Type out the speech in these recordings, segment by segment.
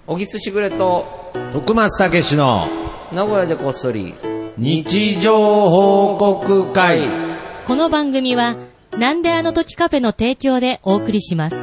小木すしぐれと徳松たけしの名古屋でこっそり日常報告会。 この番組はなんであの時カフェの提供でお送りします。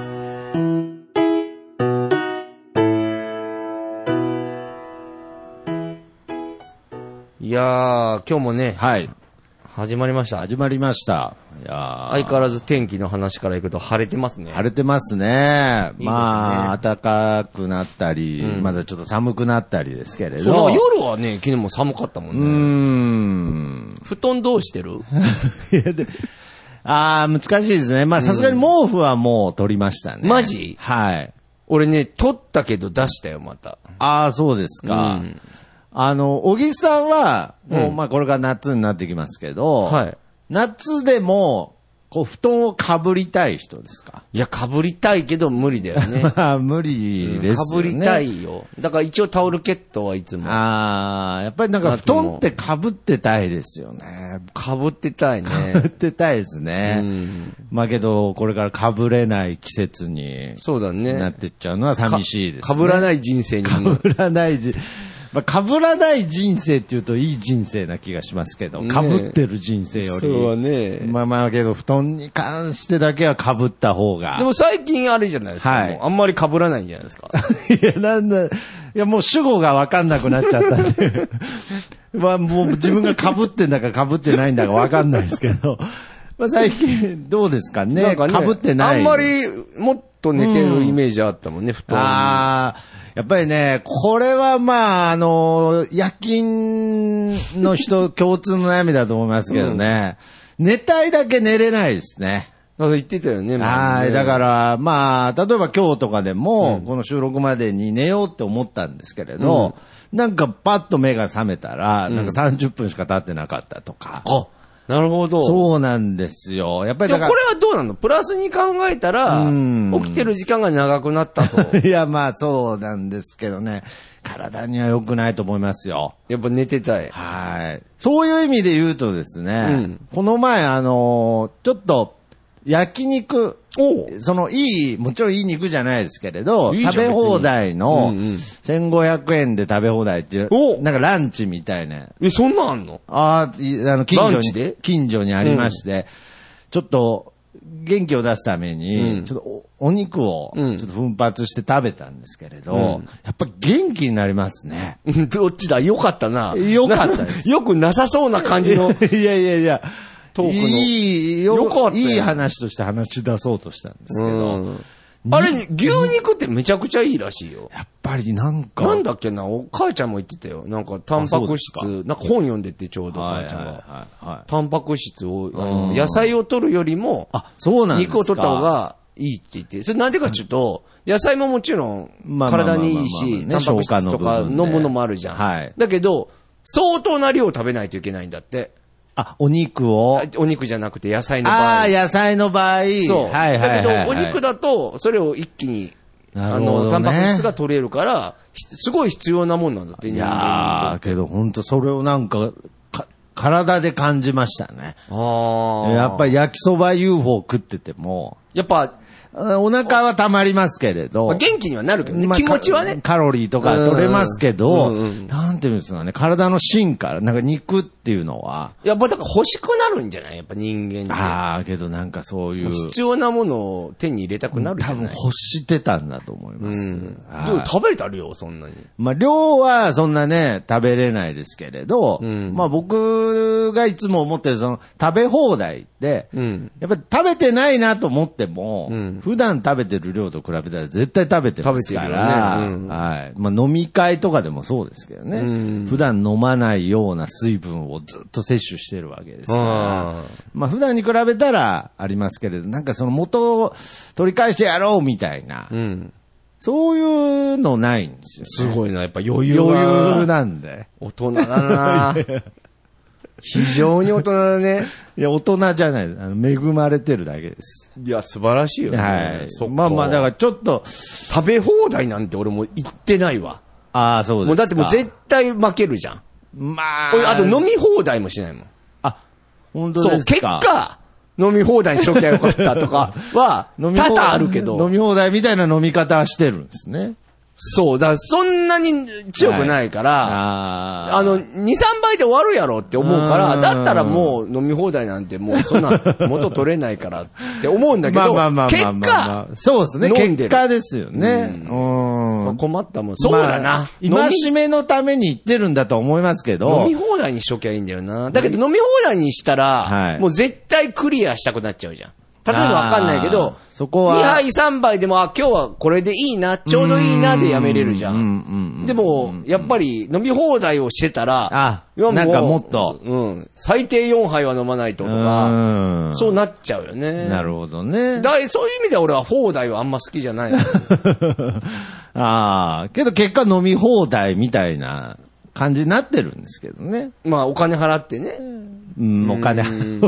いやー、今日もね、 はい。 始まりました。 始まりました。いや相変わらず天気の話からいくと晴れてますね。 晴れてますね。 いいですね。 まあ、暖かくなったり、まだちょっと寒くなったりですけれど。 そう、夜はね、昨日も寒かったもんね。布団どうしてる？ いやで難しいですね。まあ、さすがに毛布はもう取りましたね。 マジ？ はい。 俺ね、取ったけど出したよ、また。 そうですか。小木さんは、もう、まあ、これから夏になってきますけど、 はい。 夏でも、こう、布団をかぶりたい人ですか？ いや、かぶりたいけど無理だよね。 まあ、無理ですよね。 かぶりたいよ。だから一応タオルケットはいつも。 やっぱりなんか布団ってかぶってたいですよね。 かぶってたいね。 かぶってたいですね。まあけど、これからかぶれない季節にそうだね。 なってっちゃうのは寂しいですね。 かぶらない人生にも。 かぶらないまあ、被らない人生っていうといい人生な気がしますけど、被ってる人生より。 そうはね。 まあけど、布団に関してだけは被った方が。 でも最近あれじゃないですか。 はい。 もうあんまり被らないんじゃないですか。 いや、もう主語がわかんなくなっちゃったんで。まあもう自分が被ってんだか被ってないんだかわかんないですけど。まあ最近どうですかね。被ってない。 あんまりもっと寝てるイメージあったもんね、布団に。 やっぱりね、これはまあ、夜勤の人共通の悩みだと思いますけどね。寝たいだけ寝れないですね。 言ってたよね、 はい。だから、まあ、例えば今日とかでも、この収録までに寝ようって思ったんですけれど、なんかパッと目が覚めたら、なんか30分しか経ってなかったとか。 なるほど。 そうなんですよ。やっぱりだから。 これはどうなの？プラスに考えたら、起きてる時間が長くなったと。 いや、まあそうなんですけどね。体には良くないと思いますよ。 やっぱ寝てたい。 はい。そういう意味で言うとですね、この前ちょっと、焼肉、もちろんいい肉じゃないですけれど、食べ放題の1500円で食べ放題っていう、なんかランチみたいな。 そんなんあんの？ 近所にありまして、ちょっと元気を出すために、ちょっとお肉をちょっと奮発して食べたんですけれど、やっぱり元気になりますね。 どっちだ？よかったな。 よかったです。 よくなさそうな感じの。 いや。 トークの。 いい話として話し出そうとしたんですけど。 あれ、牛肉ってめちゃくちゃいいらしいよ。 やっぱりなんか。 なんだっけな、お母ちゃんも言ってたよ。なんか、タンパク質、なんか本読んでてちょうど母ちゃんが。タンパク質を、野菜を取るよりも、 そうなんですか。 肉を取った方がいいって言って。それなんでかっていうと、野菜ももちろん体にいいし、タンパク質とかのものもあるじゃん。 はい。 だけど、相当な量を食べないといけないんだって。 お肉じゃなくて野菜の場合。 野菜の場合。 そう。だけど、お肉だと、それを一気に、タンパク質が取れるから、すごい必要なもんなんだって、 いやー、けど本当それをなんか、体で感じましたね。やっぱり焼きそば UFO 食ってても。 やっぱ、 お腹は溜まりますけれど。 元気にはなるけどね。気持ちはね。 カロリーとか取れますけど、なんていうんですかね、体の芯から、なんか肉っていうのは。 やっぱだから欲しくなるんじゃない？やっぱ人間って。 けどなんかそういう。 必要なものを手に入れたくなるじゃない？ 多分欲してたんだと思います。 食べれた量、そんなに。 まあ量はそんなね、食べれないですけれど、まあ僕がいつも思ってるその食べ放題って、やっぱり食べてないなと思っても、普段食べてる量と比べたら絶対食べてますから、はい。まあ飲み会とかでもそうですけどね、普段飲まないような水分をずっと摂取してるわけですから、まあ普段に比べたらありますけれど、なんかその元を取り返してやろうみたいな、そういうのないんですよ、ね。 すごいな、やっぱ余裕なんで。 大人だな非常に大人だね。 いや、大人じゃない。恵まれてるだけです。 いや、素晴らしいよね。 はい。まあまあ、だからちょっと。 食べ放題なんて俺も言ってないわ。 そうですか。 もうだってもう絶対負けるじゃん。俺、あと飲み放題もしないもん。 本当ですか。 そう、結果、飲み放題にしときゃよかったとかは、多々あるけど。 飲み放題みたいな飲み方はしてるんですね。 そう、だからそんなに強くないから、2、3倍で終わるやろって思うから、だったらもう飲み放題なんてもうそんな元取れないからって思うんだけど、結果、 そうですね、結果ですよね。 困ったもん。そうだな。 戒めのために言ってるんだと思いますけど。 飲み放題にしときゃいいんだよな。だけど飲み放題にしたら、もう絶対クリアしたくなっちゃうじゃん。例えばわかんないけど、 そこは 2杯3杯でも、今日はこれでいいな、ちょうどいいなでやめれるじゃん。でも、やっぱり飲み放題をしてたら、 なんかもっと、 最低4杯は飲まないととか、そうなっちゃうよね。 なるほどね。 そういう意味では俺は放題はあんま好きじゃない。 けど結果飲み放題みたいな感じになってるんですけどね。 まあお金払ってね。 お金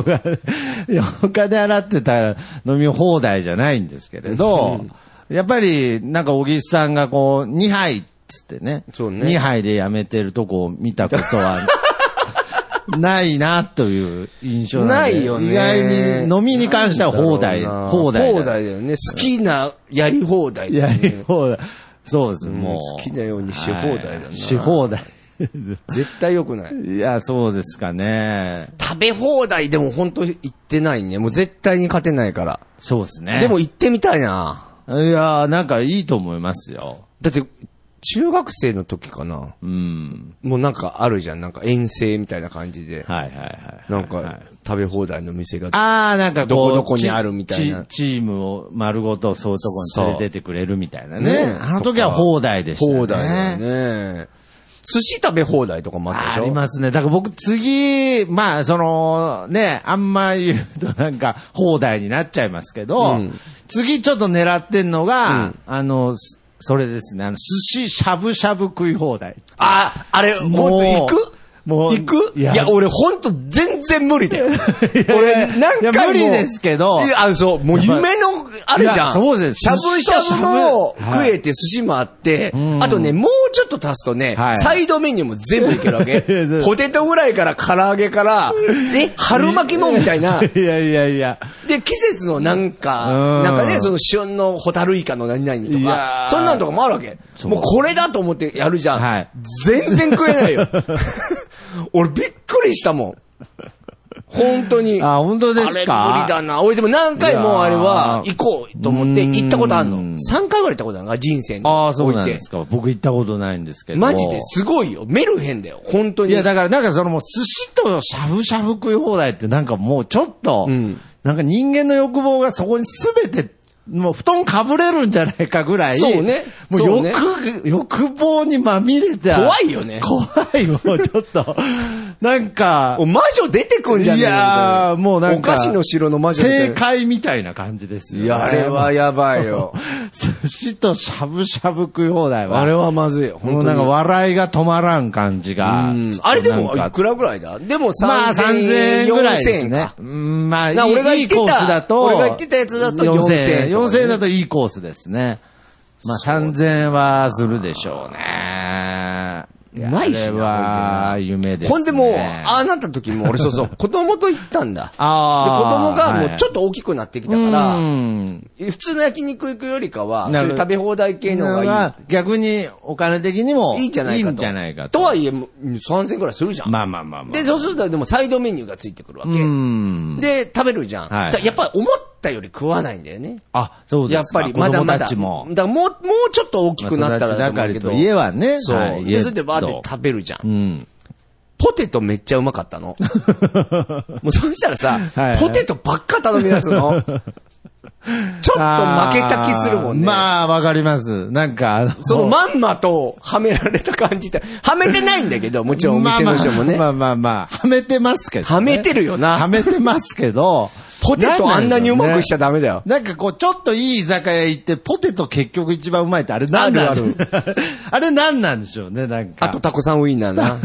払ってたら飲み放題じゃないんですけれど、やっぱりなんか小木さんがこう2杯っつってね、2杯でやめてるとこを見たことはないなという印象なんで。 ないよね。 意外に飲みに関しては放題だよね。好きなやり放題だよね。 やり放題。そうです、もう。 好きなようにし放題だな。 し放題。 絶対良くない。 いや、そうですかね。 食べ放題でも本当行ってないね。もう絶対に勝てないから。 そうですね。 でも行ってみたいな。 いや、なんかいいと思いますよ。 だって、中学生の時かな。もうなんかあるじゃん。なんか遠征みたいな感じで。なんか、食べ放題の店が。 なんかどこどこにあるみたいな。 チームを丸ごとそういうとこに連れてってくれるみたいなね。あの時は放題でしたね。 放題だよね。寿司食べ放題とかもあったでしょ？ ありますね。だから僕次、まあ、あんま言うとなんか放題になっちゃいますけど、次ちょっと狙ってんのが、それですね、寿司しゃぶしゃぶ食い放題。 あれ、もう行く行く？いや、俺ほんと全然無理だよ。俺、なんか無理ですけど。 そう、もう夢の、あるじゃん。 そうです。 しゃぶしゃぶも食えて寿司もあって、あとね、もうちょっと足すとね、サイドメニューも全部いけるわけ。ポテトフライから唐揚げから、春巻きもみたいな。 いや。 で、季節のなんかね、その旬のホタルイカの何々とか、そんなんとかもあるわけ。もうこれだと思ってやるじゃん。全然食えないよ。俺びっくりしたもん。本当に。 本当ですか？ あれ無理だな。俺でも何回もあれは行こうと思って行ったことあるの。3回ぐらい行ったことあるの人生に。 そうなんですか。僕行ったことないんですけど。 マジですごいよ。メルヘンだよ。本当に。 いや、だからなんかもう寿司としゃぶしゃぶ食い放題ってなんかもうちょっと、なんか人間の欲望がそこに全て、もう布団かぶれるんじゃないかぐらい。 そうね。 もう欲望にまみれた。 怖いよね。 怖い、もうちょっと。なんか。 魔女出てくんじゃねえいやー、もうなんか。 お菓子の城の魔女正解みたいな感じですよ、ね。 いや、あれはやばいよ。 寿司としゃぶしゃぶ食い放題は。 あれはまずいよ。 もうなんか笑いが止まらん感じが。 あれでもいくらぐらいだ？でも 3000円ぐらいですね。まあ、 俺がいいコースだと。 俺が言ってたやつだと4000円。 4000円だといいコースですね。まあ3000円はするでしょうね。 うまいしな。 あれは夢ですね。 ほんでもう、なった時も俺そう子供と行ったんだ。で、子供がもうちょっと大きくなってきたから、普通の焼肉行くよりかは、そういう食べ放題系の方がいい。 逆にお金的にもいいんじゃないかと。とはいえ、3000円くらいするじゃん。 まあ。 で、そうするとでもサイドメニューがついてくるわけ。で、食べるじゃん。じゃあやっぱり思ったより食わないんだよね。 そうですか。 やっぱりまだまだ。だからもうちょっと大きくなったらだと思うけど。 家はね。 そう。で、それでバーって食べるじゃん。ポテトめっちゃうまかったの。もうそしたらさ、ポテトばっか頼み出すの。ちょっと負けた気するもんね。 まあ、わかります。なんか、 そのまんまとはめられた感じで、はめてないんだけど、もちろんお店の人もね。 まあ、はめてますけど、ね。 はめてるよな。 はめてますけど、 ポテトあんなにうまくしちゃダメだよ。 なんかこう、ちょっといい居酒屋行って、ポテト結局一番うまいって、あれ何なんあれ何なんでしょうね、なんか。 あとタコさんウインナーな。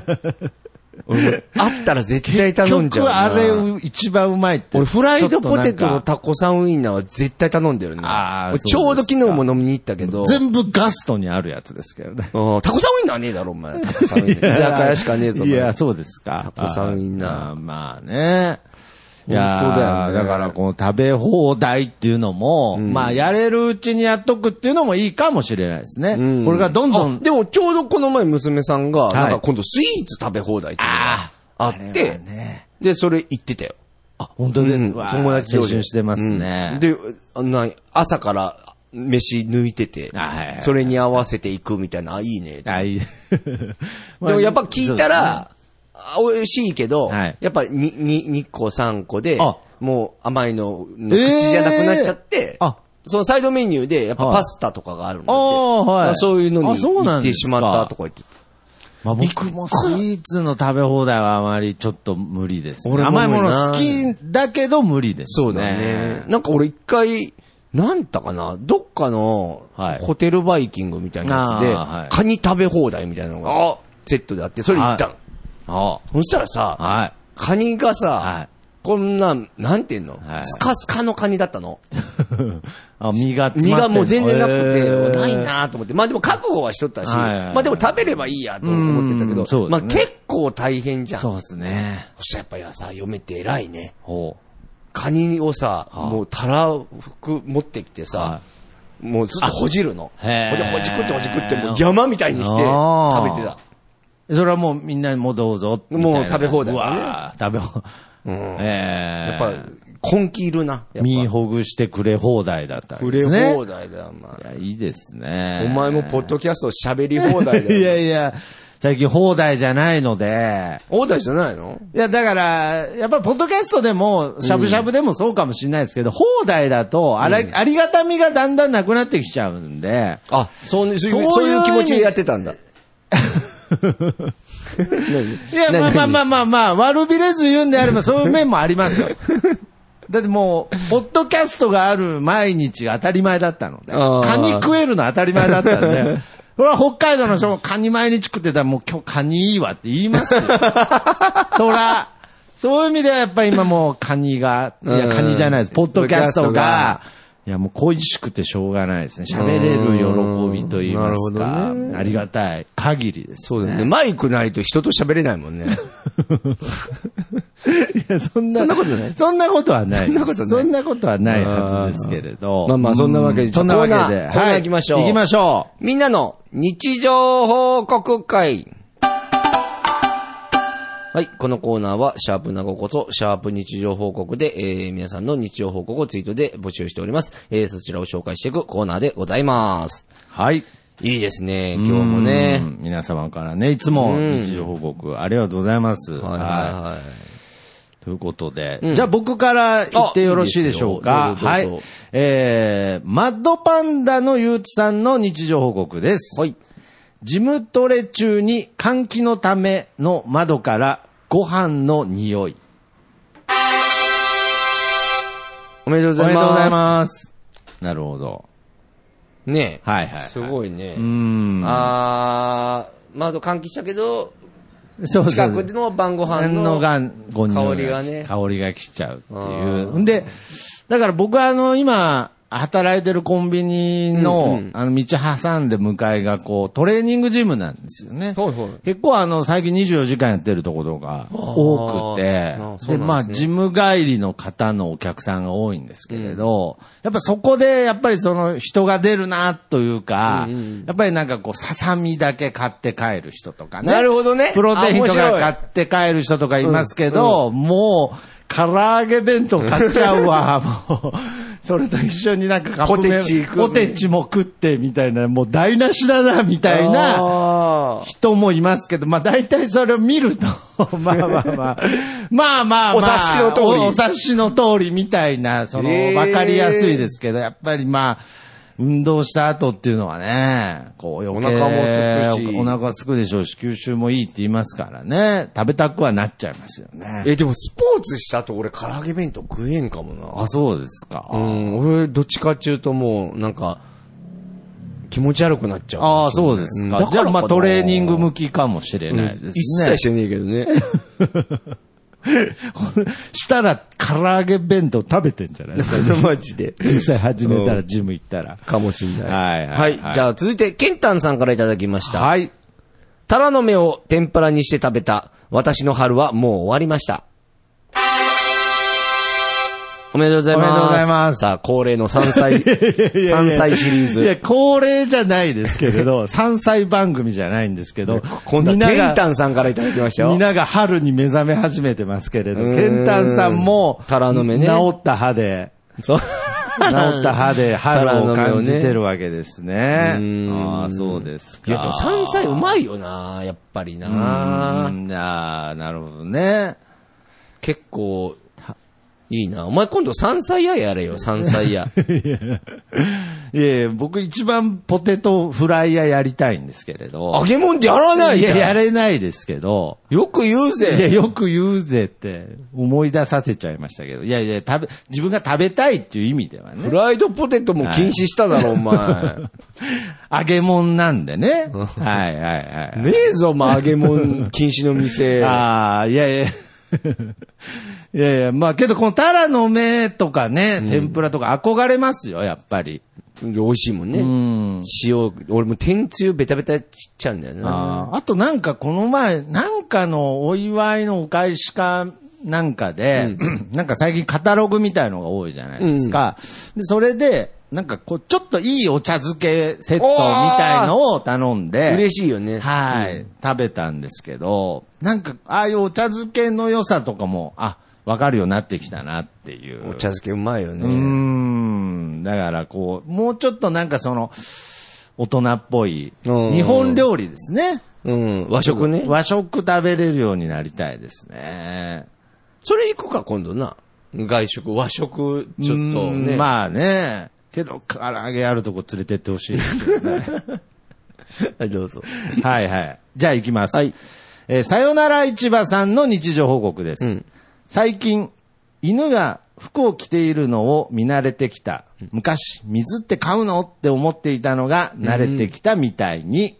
あったら絶対頼んじゃうな。 あれ一番うまいって。 俺フライドポテトのタコさんウインナーは絶対頼んでるね。ちょうど昨日も飲みに行ったけど。 全部ガストにあるやつですけどね。 タコさんウインナーねえだろ、お前。タコさんウインナー。居酒屋しかねえぞ。 いや、そうですか。 タコさんウインナー。 まあね。 いや本当だよね。 だからこの食べ放題っていうのも、まあやれるうちにやっとくっていうのもいいかもしれないですね。これがどんどん。 でもちょうどこの前娘さんが、なんか今度スイーツ食べ放題っていうのがあって、で、それ行ってたよ。 あ、本当です。 友達青春してますね。 で、朝から飯抜いてて、それに合わせていくみたいな、いいね。 いい。 でもやっぱ聞いたら、美味しいけど、やっぱ2個3個で、もう甘いの口じゃなくなっちゃって、そのサイドメニューでやっぱパスタとかがあるので、そういうのに行ってしまったとか言って。 まあ僕もスイーツの食べ放題はあまりちょっと無理ですね。甘いもの好きだけど無理ですね。 そうだね。なんか俺一回、なんだかな、どっかのホテルバイキングみたいなやつで、カニ食べ放題みたいなのがセットであって、それ行ったの。そしたらさ、カニがさ、こんな、なんていうの、スカスカのカニだったの。 身がもう全然なくて、ないなと思って。まあでも覚悟はしとったし、まあでも食べればいいやと思ってたけど、まあ結構大変じゃん。 そうですね。 そしたらやっぱりさ、嫁って偉いね。カニをさ、もうたらふく持ってきてさ、もうずっとほじるの。ほじくってもう山みたいにして食べてた。 それはもうみんなにもどうぞ。 もう食べ放題だね。 食べ放題。 やっぱ、根気いるな。 身ほぐしてくれ放題だったんですね。 くれ放題だよ、 いや、いいですね。 お前もポッドキャスト喋り放題だよ。 いやいや、最近放題じゃないので。 放題じゃないの？ いや、だから、やっぱポッドキャストでも、しゃぶしゃぶでもそうかもしれないですけど、放題だと、ありがたみがだんだんなくなってきちゃうんで。 そういう気持ちでやってたんだ。 いや、まあ、悪びれず言うんであればそういう面もありますよ。だってもう、ポッドキャストがある毎日が当たり前だったので、カニ食えるの当たり前だったんで、これは北海道の人もカニ毎日食ってたらもう今日カニいいわって言いますよ。そういう意味ではやっぱり今もうカニが、いやカニじゃないです、ポッドキャストが、いやもう恋しくてしょうがないですね。喋れる喜びと言いますか、ありがたい限りですね。 そうだね。マイクないと人と喋れないもんね。 いや、そんなことない。そんなことはない。そんなことはないはずですけれど。 まあそんなわけで。 そんなわけで。コーナー行きましょう。 行きましょう。みんなの日常報告会。はい。このコーナーは、シャープなごこそ、シャープ日常報告で、皆さんの日常報告をツイートで募集しております。そちらを紹介していくコーナーでございます。 はい。 いいですね、今日もね。 皆様からね、いつも日常報告ありがとうござマッということで、じゃあ僕から言ってよろしいでしょうか。はい。マッドパンダのゆうつさんの日常報告です。はい。ジムトレ中に換気のための窓からご飯の匂い。 おめでとうございます。おめでとうございます。 なるほど。 ねえ。 はいはい。 すごいね。窓換気したけど、 そう近くでの晩ご飯の香りがね。 香りが来ちゃうっていう。んで、だから僕は今、働いてるコンビニの、道挟んで向かいがトレーニングジムなんですよね。結構最近24時間やってるところが多くて、で、まあ、ジム帰りの方のお客さんが多いんですけれど、やっぱそこで、やっぱり人が出るな、というか、やっぱりなんかささみだけ買って帰る人とかね。 なるほどね。 プロテインとか買って帰る人とかいますけど、もう、唐揚げ弁当買っちゃうわ、もう。それと一緒になんかカップ麺ポテチも食ってみたいな、もう台無しだな、みたいな人もいますけど、まあ大体それを見ると、まあ、 お察しの通り。 お察しの通りみたいな、わかりやすいですけど、やっぱりまあ、運動した後っていうのはね、余計お腹もすくし。 お腹すくでしょうし、吸収もいいって言いますからね、食べたくはなっちゃいますよね。 でもスポーツした後俺唐揚げ弁当食えんかもな。 あ、そうですか。 俺どっちかっていうともうなんか、気持ち悪くなっちゃう。 ああ、そうですか。じゃあまあトレーニング向きかもしれないですね。 一切してねえけどね。 したら唐揚げ弁当食べてんじゃないですか、 マジで。 実際始めたらジム行ったら。 かもしれない。はい。 じゃあ続いて、ケンタンさんからいただきました。 はい。 タラの芽を天ぷらにして食べた私の春はもう終わりました。 おめでとうございます。 おめでとうございます。 さあ、恒例の3歳シリーズ。 いや、恒例じゃないですけれど、3歳番組じゃないんですけど、 今度はケンタンさんからいただきましたよ。 みんなが春に目覚め始めてますけれど、ケンタンさんも、 タラの目ね。 治った歯で、 そう。 治った歯で春を感じてるわけですね。ああ、そうですか。 いや、でも3歳うまいよな、やっぱりな。 ああ、なるほどね。 結構、いいな。お前今度3歳屋やれよ、3歳屋。 いや僕一番ポテトフライヤーやりたいんですけれど。 揚げ物ってやらないじゃん。 いや、やれないですけど。 よく言うぜ。 いや、よく言うぜって思い出させちゃいましたけど。いやいや、自分が食べたいっていう意味ではね。 フライドポテトも禁止しただろ、お前。 揚げ物なんでね。はいはいはい。 ねえぞ、揚げ物禁止の店。 ああ、いやいや。いやいや、まあけどこのタラの芽とかね、天ぷらとか憧れますよ、やっぱり。 美味しいもんね。塩、俺も天つゆベタベタちっちゃうんだよな。 あとなんかこの前、なんかのお祝いのお返しかなんかで、なんか最近カタログみたいのが多いじゃないですか。でそれで、なんかこう、ちょっといいお茶漬けセットみたいのを頼んで。 嬉しいよね。 はい、食べたんですけど、なんか、ああいうお茶漬けの良さとかも、わかるようになってきたなっていう。 お茶漬けうまいよね。 だからこう、もうちょっとなんかその、大人っぽい、日本料理ですね。 和食ね。 和食食べれるようになりたいですね。 それ行くか、今度な。外食、和食、ちょっとね。 まあね。けど、唐揚げあるとこ連れてってほしいですけどね。 はい、どうぞ。 はいはい。じゃあ行きます。 はい。 さよなら市場さんの日常報告です。最近、犬が服を着ているのを見慣れてきた。昔、水って買うのって思っていたのが慣れてきたみたいに。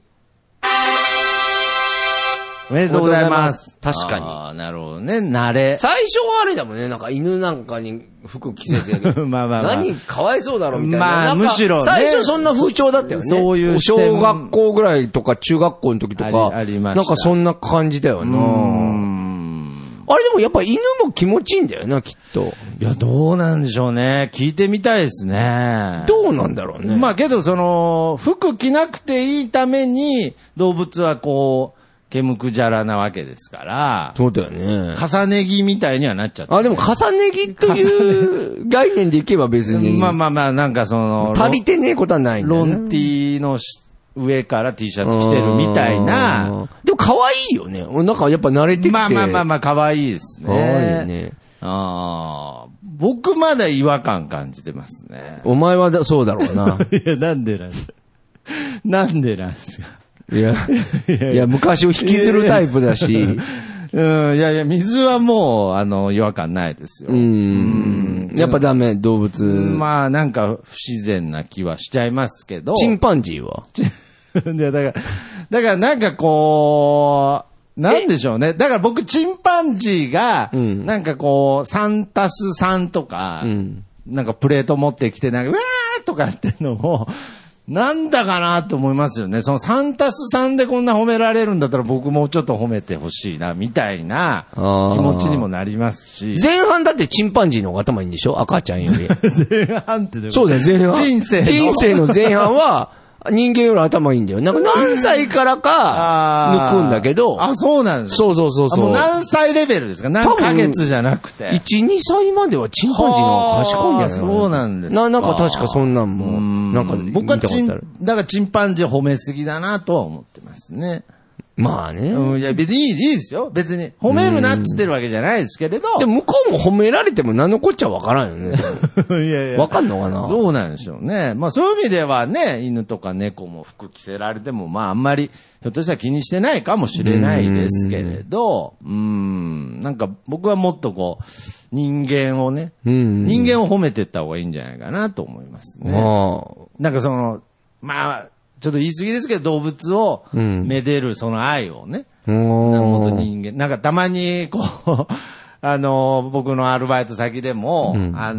おめでとうございます。 確かに。 ああ、なるほどね。慣れ。 最初はあれだもんね。なんか犬なんかに服着せて。 まあまあまあ。 何かわいそうだろみたいな。 まあむしろね。 最初そんな風潮だったよね。 そういう小学校ぐらいとか中学校の時とか。 ありました。 なんかそんな感じだよな。あれでもやっぱ犬も気持ちいいんだよな、きっと。 いや、どうなんでしょうね。聞いてみたいですね。 どうなんだろうね。 まあけどその、服着なくていいために動物はこう、毛むくじゃらなわけですから。 そうだよね。 重ね着みたいにはなっちゃった、ね。 でも重ね着という概念でいけば別に。 まあまあまあ、なんかその。 足りてねえことはないんだよね。 ロンティーの上から T シャツ着てるみたいな。 でも可愛いよね。なんかやっぱ慣れてきて。 まあまあまあまあ、可愛いですね。 可愛いよね。 僕まだ違和感感じてますね。 お前はそうだろうな。 いや、なんでなんですか。なんでなんですか。 いや、昔を引きずるタイプだし。いやいや、水はもう、違和感ないですよ。 やっぱダメ、動物。 まあ、なんか、不自然な気はしちゃいますけど。 チンパンジーはいや、だからなんかこう、なんでしょうね。だから僕、チンパンジーが、なんかこう、3+3とか、なんかプレート持ってきて、なんか、うわーとかやってんのも、なんだかなと思いますよね。その 3+3 でこんな褒められるんだったら僕もうちょっと褒めてほしいな、みたいな気持ちにもなりますし。 前半だってチンパンジーの方が頭いいんでしょ？赤ちゃんより。 前半ってどういうこと？ そうだよ、前半。 人生の前半は、人間より頭いいんだよ。なんか何歳からか抜くんだけど。 そうなんです。 そう。 もう何歳レベルですか？何ヶ月じゃなくて。 1、2歳まではチンパンジーの方が賢いんじゃないの？ そうなんですか。 なんか確かそんなんも。なんか僕はだからチンパンジー褒めすぎだなとは思ってますね。 まあね。 いや、別にいいですよ。別に。褒めるなって言ってるわけじゃないですけれど。 でも向こうも褒められても何のこっちゃわからんよね。 いやいや。 わかんのかな？ どうなんでしょうね。まあそういう意味ではね、犬とか猫も服着せられても、まああんまり、ひょっとしたら気にしてないかもしれないですけれど、なんか僕はもっとこう、人間をね、人間を褒めていった方がいいんじゃないかなと思いますね。なんかその、まあ、ちょっと言い過ぎですけど、動物をめでるその愛をね。もっと人間。なんかたまに、こう、僕のアルバイト先でも、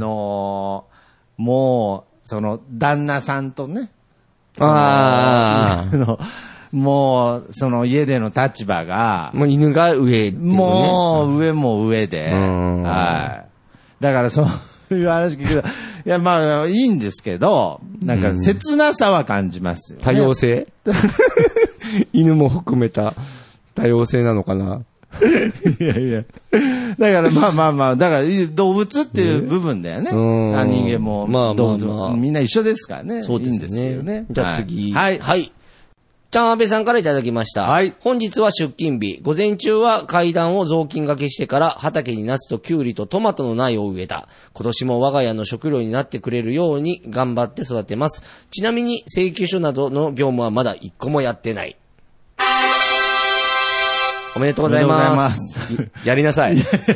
もう、その、旦那さんとね。もう、その家での立場が。 もう犬が上っていうね。 もう上も上で。はい。だからいう話聞くと、いや、まあ、いいんですけど、なんか、切なさは感じますよね。 多様性犬も含めた多様性なのかな。 いやいや。だからまあまあまあ、だから動物っていう部分だよね。人間も動物もみんな一緒ですからね。 そうですね。いいんですよね。じゃあ次。はい。はい。ちゃんあべさんからいただきました。はい。本日は出勤日。午前中は階段を雑巾掛けしてから畑にナスとキュウリとトマトの苗を植えた。今年も我が家の食料になってくれるように頑張って育てます。ちなみに請求書などの業務はまだ一個もやってない。おめでとうございます。やりなさい。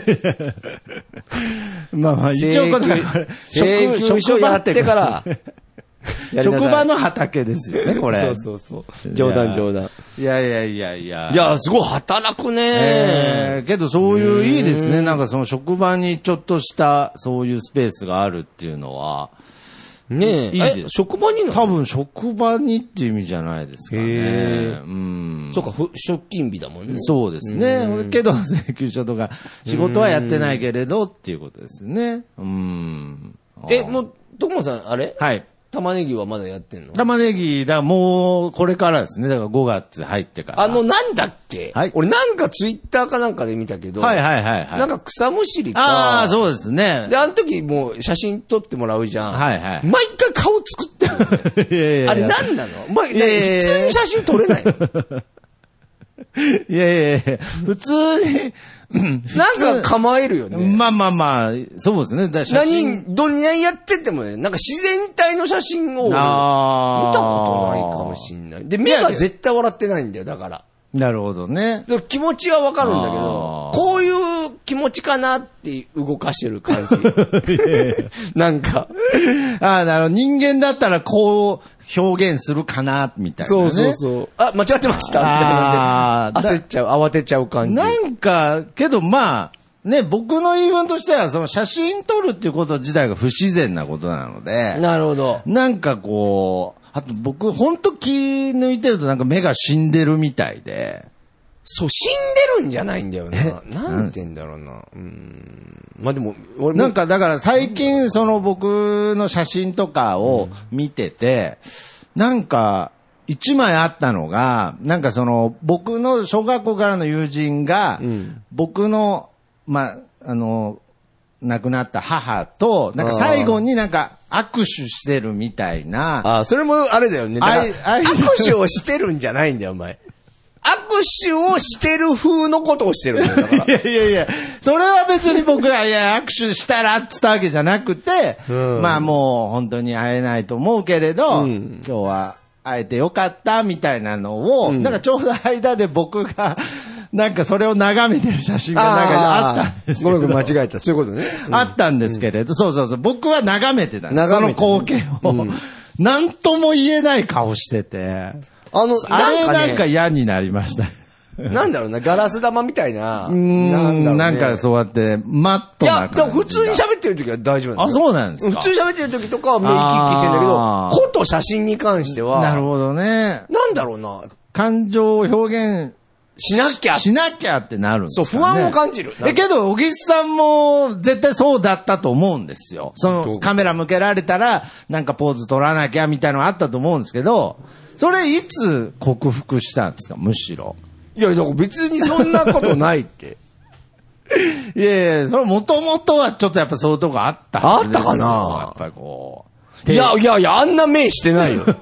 まあまあ、一応請求書やってから。 職場の畑ですよね、これ。 そうそうそう。冗談。 いやいやいやいや。 いや、すごい働くね。 けどそういういいですね。なんかその職場にちょっとしたそういうスペースがあるっていうのは。 ねえ。いいです。職場に多分職場にっていう意味じゃないですかね。 そうか、出勤日だもんね。 そうですね。けど請求書とか仕事はやってないけれどっていうことですね。 もう、徳間さん、あれ？ はい。 玉ねぎはまだやってんの？ 玉ねぎもう、これからですね。だから5月入ってから。 なんだっけ？はい。俺なんかツイッターかなんかで見たけど。はい。なんか草むしりか。 ああ、そうですね。 で、あの時もう写真撮ってもらうじゃん。はい。毎回顔作ってるよね。あれ何なの？普通に写真撮れないの？ いや、普通に、 なんか構えるよね。 まあ、そうですね。 どんにやっててもね、なんか自然体の写真を見たことないかもしんない。で、目が絶対笑ってないんだよ、だから。 なるほどね。 気持ちはわかるんだけど、こういう気持ちかなって動かしてる感じ。なんか。 なるほど。人間だったらこう表現するかな、みたいな、ね。 そう。間違ってました。みたいな焦っちゃう、慌てちゃう感じ。 なんか、けどまあ、ね、僕の言い分としては、その写真撮るっていうこと自体が不自然なことなので。 なるほど。 なんかこう、あと僕、ほんと気抜いてるとなんか目が死んでるみたいで。 そう、死んでるんじゃないんだよな。なんて言うんだろうな。まあでも、 なんかだから最近その僕の写真とかを見てて、なんか一枚あったのが、なんかその僕の小学校からの友人が、僕の、まあ、亡くなった母と、なんか最後になんか握手してるみたいな。 それもあれだよね。握手をしてるんじゃないんだよ、お前。握手をしてる風のことをしてるんだよ、だから。 いや、それは別に僕が、握手したらって言ったわけじゃなくて、まあもう本当に会えないと思うけれど、今日は会えてよかったみたいなのを、なんかちょうど間で僕が、なんかそれを眺めてる写真がなんかあったんですけど。 ごめん間違えた。そういうことね。 あったんですけれど、そう。僕は眺めてたんです。その光景を。なんとも言えない顔してて。あれなんか嫌になりました。 なんだろうな、ガラス玉みたいな。 なんかそうやって、マットな感じ。 いや、でも普通に喋ってる時は大丈夫なんですよ。 そうなんですか。 普通に喋ってる時とかは目生き生きしてるんだけど、こと写真に関しては。 なるほどね。 なんだろうな。 感情を表現しなきゃってなるんですかね。 そう、不安を感じる。 けど、小木さんも絶対そうだったと思うんですよ。そのカメラ向けられたら、なんかポーズ取らなきゃみたいなのあったと思うんですけど、それいつ克服したんですか、むしろ。 いや、だから別にそんなことないって。 いや、それもともとはちょっとやっぱそういうとこあったんですよ。 あったかなやっぱりこう。 いや、あんな目してないよ。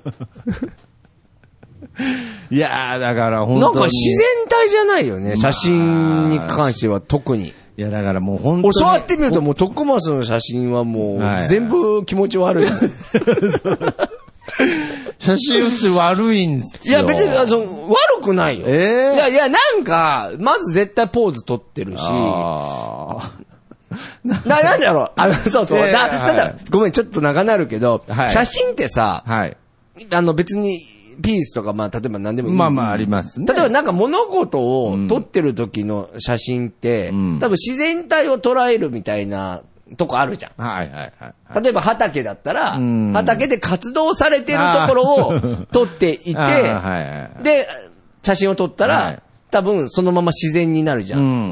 いやだから本当に。 なんか自然体じゃないよね、写真に関しては特に。 いやだからもう本当に。 俺そうやって見るともう徳松の写真はもう全部気持ち悪い。 写真写り悪いんですよ。 いや別に悪くないよ。いやなんか、まず絶対ポーズ取ってるし。なんだろう。そう。なんだごめん、ちょっと長なるけど、写真ってさ、別に、ピースとか、まあ、例えば何でもいい。 まあありますね。 例えばなんか物事を撮ってる時の写真って、多分自然体を捉えるみたいなとこあるじゃん。例えば畑だったら、畑で活動されてるところを撮っていて、で、写真を撮ったら、多分そのまま自然になるじゃん。で、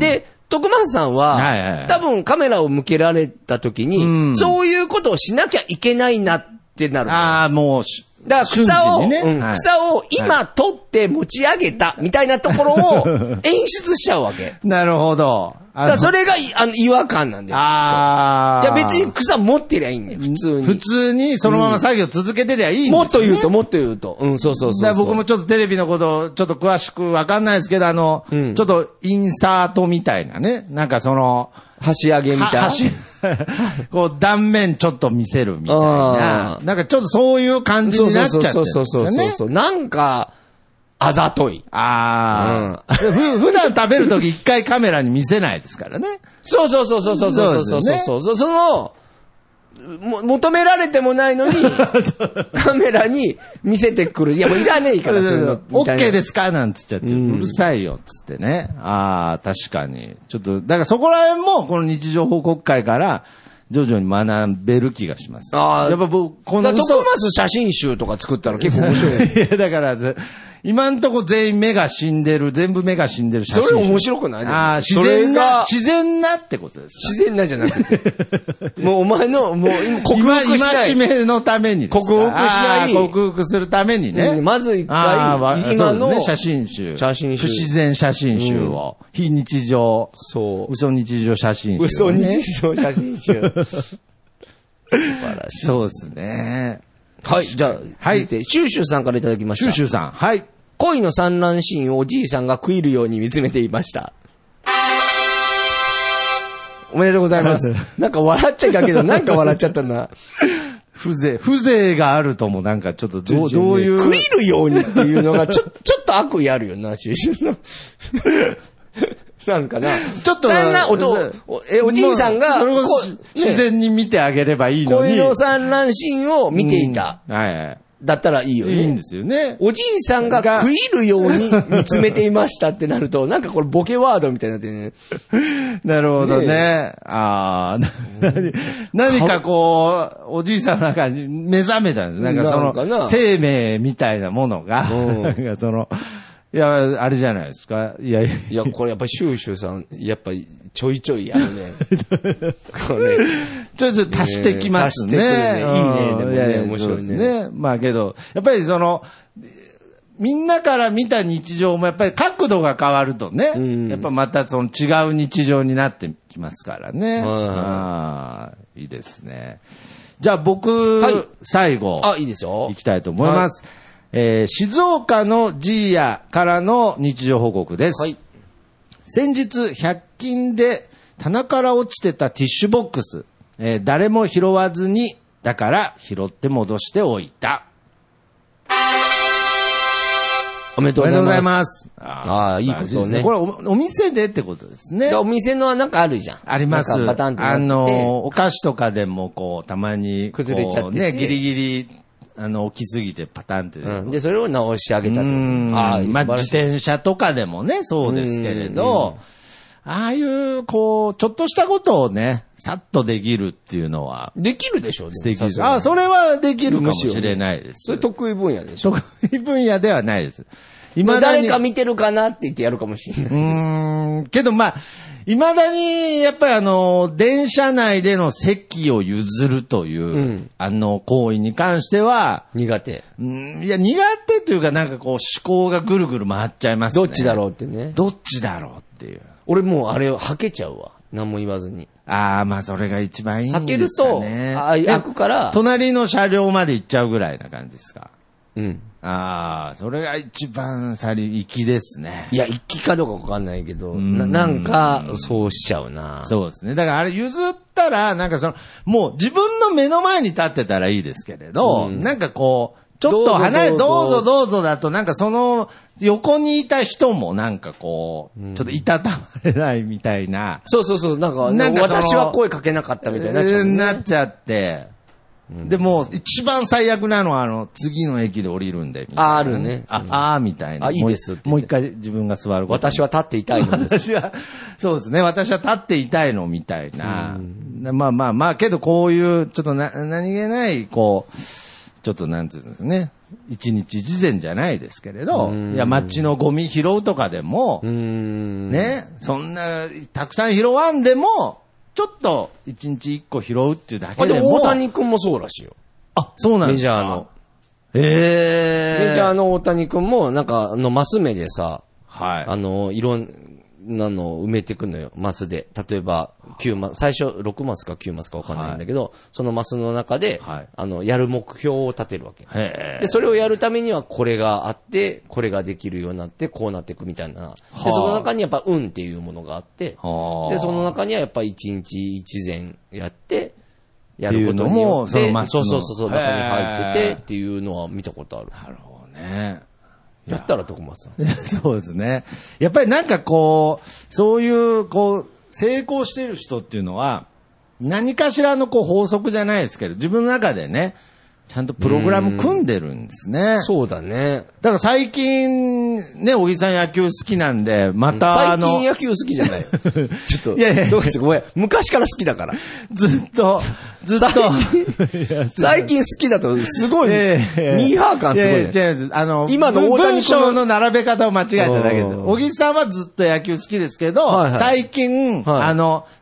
徳松さんは、はいはいはい、多分カメラを向けられた時に、そういうことをしなきゃいけないなってなる。 ああ、もう、 だから草を、草を今取って持ち上げたみたいなところを演出しちゃうわけ。 なるほど。 だからそれが違和感なんだよ。いや別に草持ってりゃいいんだよ、普通に。 普通にそのまま作業続けてりゃいいんですよ、ね。 もっと言うと。うん、そうそうそう。 だから僕もちょっとテレビのことちょっと詳しくわかんないですけど、ちょっとインサートみたいなね。なんかその、 端上げみたいな。 こう断面ちょっと見せるみたいな。なんかちょっとそういう感じになっちゃってるんですよね。 そう。なんか、あざとい。 普段食べるとき一回カメラに見せないですからね。 そう。その、求められてもないのに、カメラに見せてくる。いや、もういらねえから、そういうの。 OK ですかなんつっちゃって、うるさいよ、つってね。確かに。ちょっと、だからそこら辺も、この日常報告会から、徐々に学べる気がします。やっぱ僕、 この徳松写真集とか作ったら結構面白い。 いや、だから、今んとこ全員目が死んでる、全部目が死んでる写真集。 それ面白くない？ 自然なってことですか？ 自然なじゃなくて。もうお前の、もう克服しない。 今しめのために克服しない。 克服するためにね。 まず一回、今の、 ね、写真集。不自然写真集を。非日常。嘘日常写真集。 嘘日常写真集。素晴らしい。 そうですね。 はい、じゃあ、はい。シューシューさんからいただきました。 シューシューさん。はい。 恋の産卵シーンをおじいさんが食いるように見つめていました。おめでとうございます。なんか笑っちゃいたけど、なんか笑っちゃったな。 風情があるともなんかちょっとどういう。 食いるようにっていうのがちょっと悪意あるよな、シューシューの。なんかな。 ちょっと、 おじいさんが、 自然に見てあげればいいのに。 恋の産卵シーンを見ていた。 はい。 だったらいいよね。 いいんですよね。 おじいさんが食いるように見つめていましたってなると、なんかこれボケワードみたいになってね。 なるほどね。何かこう、おじいさんの中に目覚めたんです。なんかその、生命みたいなものが、なんかその、いや、あれじゃないですか。いや、 これやっぱりシューシューさん、やっぱりちょいちょいやるね。これ。 ちょっと足してきますね。 足してくるね。いいね。でもね、面白いね。 まあけど、やっぱりその、みんなから見た日常もやっぱり角度が変わるとね、やっぱまたその違う日常になってきますからね。いいですね。じゃあ僕、最後。 いいですよ。 行きたいと思います。静岡のジーヤからの日常報告です。はい。先日、100均で棚から落ちてたティッシュボックス、誰も拾わずに、だから拾って戻しておいた。 おめでとうございます。 いいことね。これお店でってことですね。 お店のなんかあるじゃん。 あります。 パタンってなって。 お菓子とかでもこう、たまに、 崩れちゃってね、ギリギリ、大きすぎてパタンって。 で、それを直し上げたと。 まあ、自転車とかでもね、そうですけれど、ああいう、こう、ちょっとしたことをね、さっとできるっていうのは。 できるでしょうね。 素敵です。それはできるかもしれないです。 それ得意分野でしょ。 得意分野ではないです。 誰か見てるかなって言ってやるかもしれない。 けどまあ、未だに、やっぱり電車内での席を譲るという、行為に関しては、 苦手。 いや、苦手というかなんかこう思考がぐるぐる回っちゃいますね。 どっちだろうってね。 どっちだろうっていう。 俺もうあれを吐けちゃうわ。何も言わずに。 まあそれが一番いいんですかね。 吐けると、開くから。 隣の車両まで行っちゃうぐらいな感じですか。 それが一番行きですね。 いや、行きかどうかわかんないけど、なんか、そうしちゃうな。 そうですね。だからあれ譲ったら、なんかもう自分の目の前に立ってたらいいですけれど、なんかこう、ちょっと離れ、どうぞどうぞだと、なんかその横にいた人もなんかこう、ちょっといたたまれないみたいな。 そう。なんか私は声かけなかったみたいになっちゃって。でも、一番最悪なのは、次の駅で降りるんで。 あるね。 みたいな。 いいですって。 もう一回自分が座ること。 私は立っていたいのです。 そうですね。私は立っていたいのみたいな。まあ、けどこういう、ちょっと何気ない、こう、 ちょっとなんていうんですかね、一日一善じゃないですけれど、いや、街のゴミ拾うとかでも、ね、そんな、たくさん拾わんでも、ちょっと一日一個拾うっていうだけでも。 でも大谷君もそうらしいよ。 あ、そうなんですか。 メジャーの。 メジャーの大谷君も、なんか、マス目でさ、 はい。 いろんなのを埋めていくのよ、マスで。例えば、9マス、最初6マスか9マスかわかんないんだけど、はい、そのマスの中で、はい、やる目標を立てるわけ。で、それをやるためにはこれがあって、これができるようになって、こうなっていくみたいな。で、その中にやっぱ運っていうものがあって、で、その中にはやっぱ一日一善やって、やることによって、そう、中に入っててっていうのは見たことある。 なるほどね。 やったら徳松さん。 そうですね。やっぱりなんかこう、そういう、こう、成功してる人っていうのは、何かしらのこう法則じゃないですけど、自分の中でね、ちゃんとプログラム組んでるんですね。 そうだね。 だから最近、ね、小木さん野球好きなんで、また最近野球好きじゃないよ。ちょっと、いやどうですかごめん。昔から好きだから。 ずっと。 最近好きだと、すごい、ミーハー感すごい、ね。今の大谷文章の並べ方を間違えただけです。小木さんはずっと野球好きですけど、はいはい、最近、はい、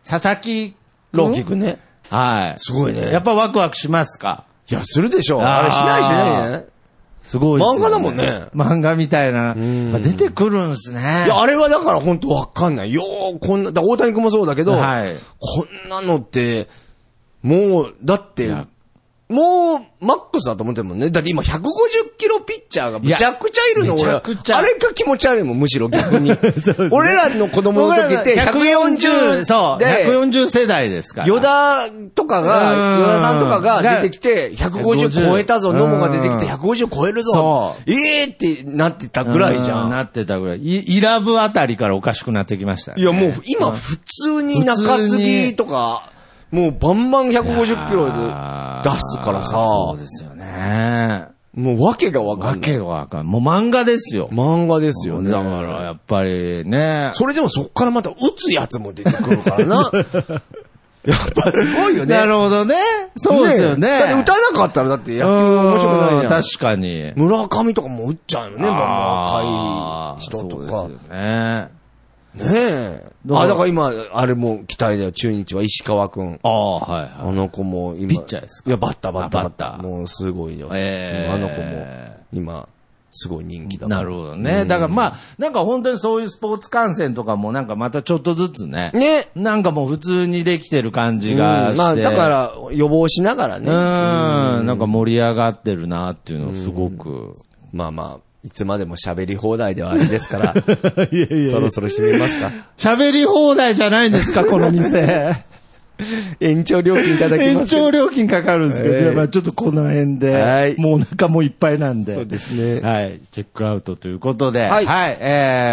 佐々木朗希くんね。 はい。 すごいね。 やっぱワクワクしますか？ いや、するでしょ。あれしないね。 すごいですね。 漫画だもんね。 漫画みたいな。出てくるんすね。 いや、あれはだから本当わかんない。こんな、大谷君もそうだけど、はい、こんなのって、もう、だって、もう、マックスだと思ってるもんね。だって今150キロピッチャーがむちゃくちゃいるの、俺は。あれが気持ち悪いもん、むしろ逆に。俺らの子供の時って140、 そう、140世代ですから。 与田さんとかが出てきて、150超えたぞ、野茂が出てきて150超えるぞ。ってなってたぐらいじゃん。 なってたぐらい。イラブあたりからおかしくなってきましたね。 いや、もう今普通に中継ぎとか、もうバンバン150キロで出すからさ。 そうですよね。 もうわけがわかんない。 わけがわかんない。もう漫画ですよ。 漫画ですよね。 だからやっぱりね。 それでもそっからまた打つやつも出てくるからな。やっぱすごいよね。 なるほどね。そうですよね。 だって打たなかったらだって野球面白くないじゃん。 確かに。 村上とかも打っちゃうよね。若い人とか。 そうですよね。 ねえ。だから今、あれも期待だよ、中日は石川くん。 はいはい。 あの子も今。 ピッチャーですか？ いや、バッター。もうすごいよ。あの子も、今、すごい人気だ。 なるほどね。だからまあ、なんか本当にそういうスポーツ観戦とかもなんかまたちょっとずつね。なんかもう普通にできてる感じがして。 まあ、だから予防しながらね。 なんか盛り上がってるなっていうのをすごく。 まあまあ。いつまでも喋り放題ではあれですから。そろそろ締めますか。 喋り放題じゃないんですか、この店。 延長料金いただきます。 延長料金かかるんですけど、じゃあまあちょっとこの辺で、はい、もうお腹もいっぱいなんで。 そうですね。 はい。チェックアウトということで、はい。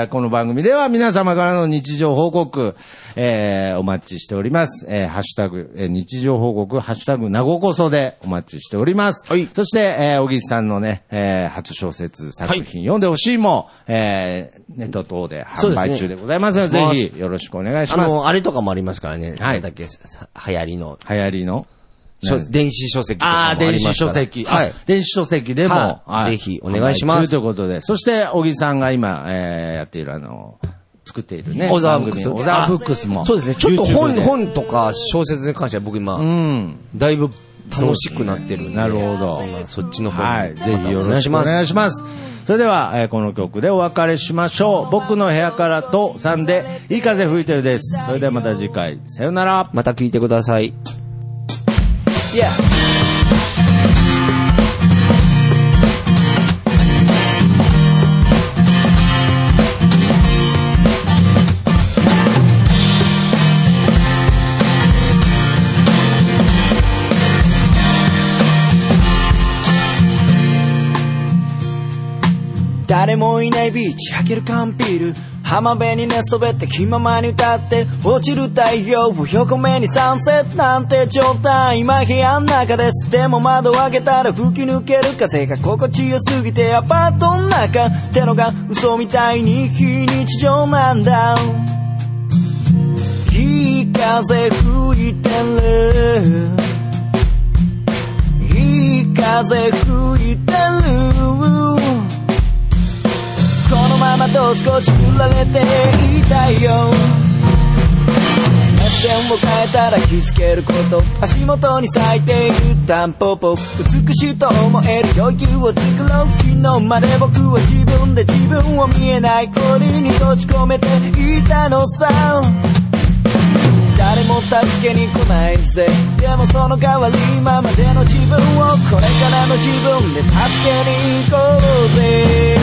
この番組では皆様からの日常報告、お待ちしております。ハッシュタグ、日常報告、ハッシュタグ、なごこそでお待ちしております。はい。そして、小木さんのね、初小説作品読んでほしいも、ネット等で販売中でございますので、ぜひよろしくお願いします。 あれとかもありますからね。はい。だっけ流行りの電子書籍とかもありますから。 電子書籍。はい。電子書籍でも、 ぜひお願いします。 ということで、そして、小木さんが今、やっている作っているね。 小沢ブックス。 小沢ブックスも。 そうですね。ちょっと本とか小説に関しては僕今、だいぶ楽しくなってるんで。 なるほど。 そっちの方はい。ぜひよろしくお願いします。それでは、この曲でお別れしましょう。僕の部屋からと3で、いい風吹いてるです。それではまた次回、さよなら。 また聞いてください。Yeah. 誰もいないビーチ開ける缶ビール浜辺に寝そべって気ままに歌って落ちる太陽を横目にサンセットなんて状態今部屋の中ですでも窓を開けたら吹き抜ける風が心地よすぎてアパートの中ってのが嘘みたいに非日常なんだいい風吹いてるいい風吹いてるこのままと少し振られていたいよ目線を変えたら気づけること足元に咲いているタンポポ美しいと思える余裕を作ろう昨日まで僕は自分で自分を見えない氷に閉じ込めていたのさ誰も助けに来ないぜでもその代わり今までの自分をこれからの自分で助けに行こうぜ